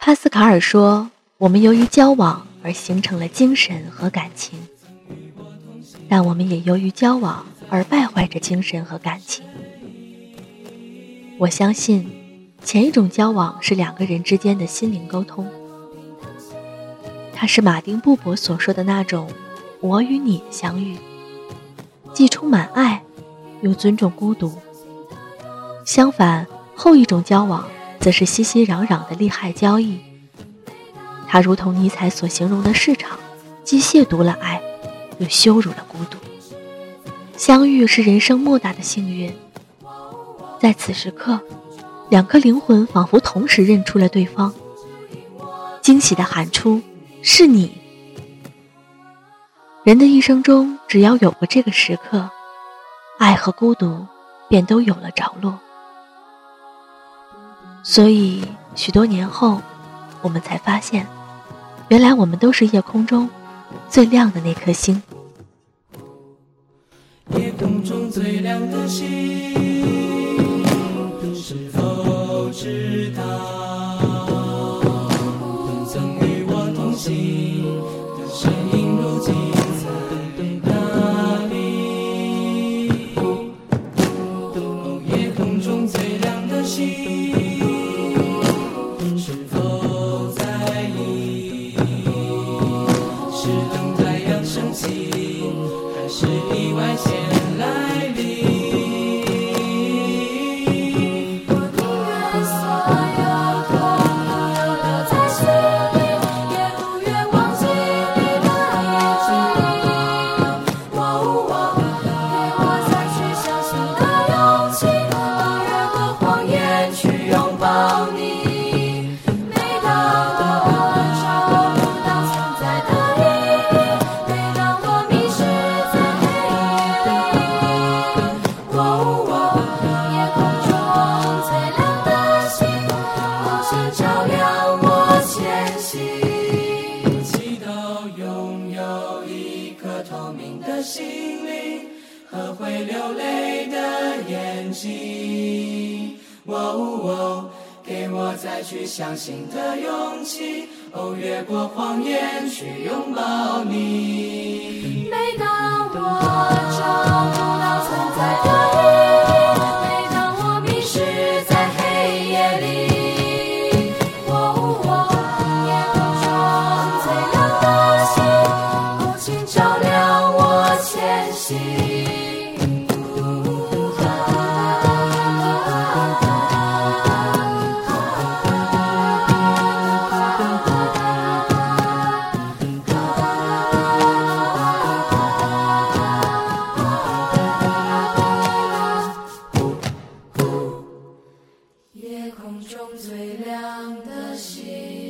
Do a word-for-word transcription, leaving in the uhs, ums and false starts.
帕斯卡尔说，我们由于交往而形成了精神和感情，但我们也由于交往而败坏着精神和感情。我相信前一种交往是两个人之间的心灵沟通，它是马丁·布伯所说的那种我与你的相遇，既充满爱又尊重孤独。相反，后一种交往则是熙熙攘攘的利害交易，它如同尼采所形容的市场，既亵渎了爱又羞辱了孤独。相遇是人生莫大的幸运，在此时刻，两颗灵魂仿佛同时认出了对方，惊喜地喊出是你。人的一生中，只要有过这个时刻，爱和孤独便都有了着落。所以许多年后，我们才发现，原来我们都是夜空中最亮的那颗星。 夜空中最亮的星，是否知道曾与我同行的身影如今在哪里？哦，夜空中最亮的星，是否在意？是等太阳升起，还是意外先来临？心灵和会流泪的眼睛，哦哦，给我再去相信的勇气，哦，越过谎言去拥抱你。每当我找不到存在的意义，每当我迷失在黑夜里，哦哦，夜空中最亮的星，哦，请照亮我前行。夜空中最亮的星。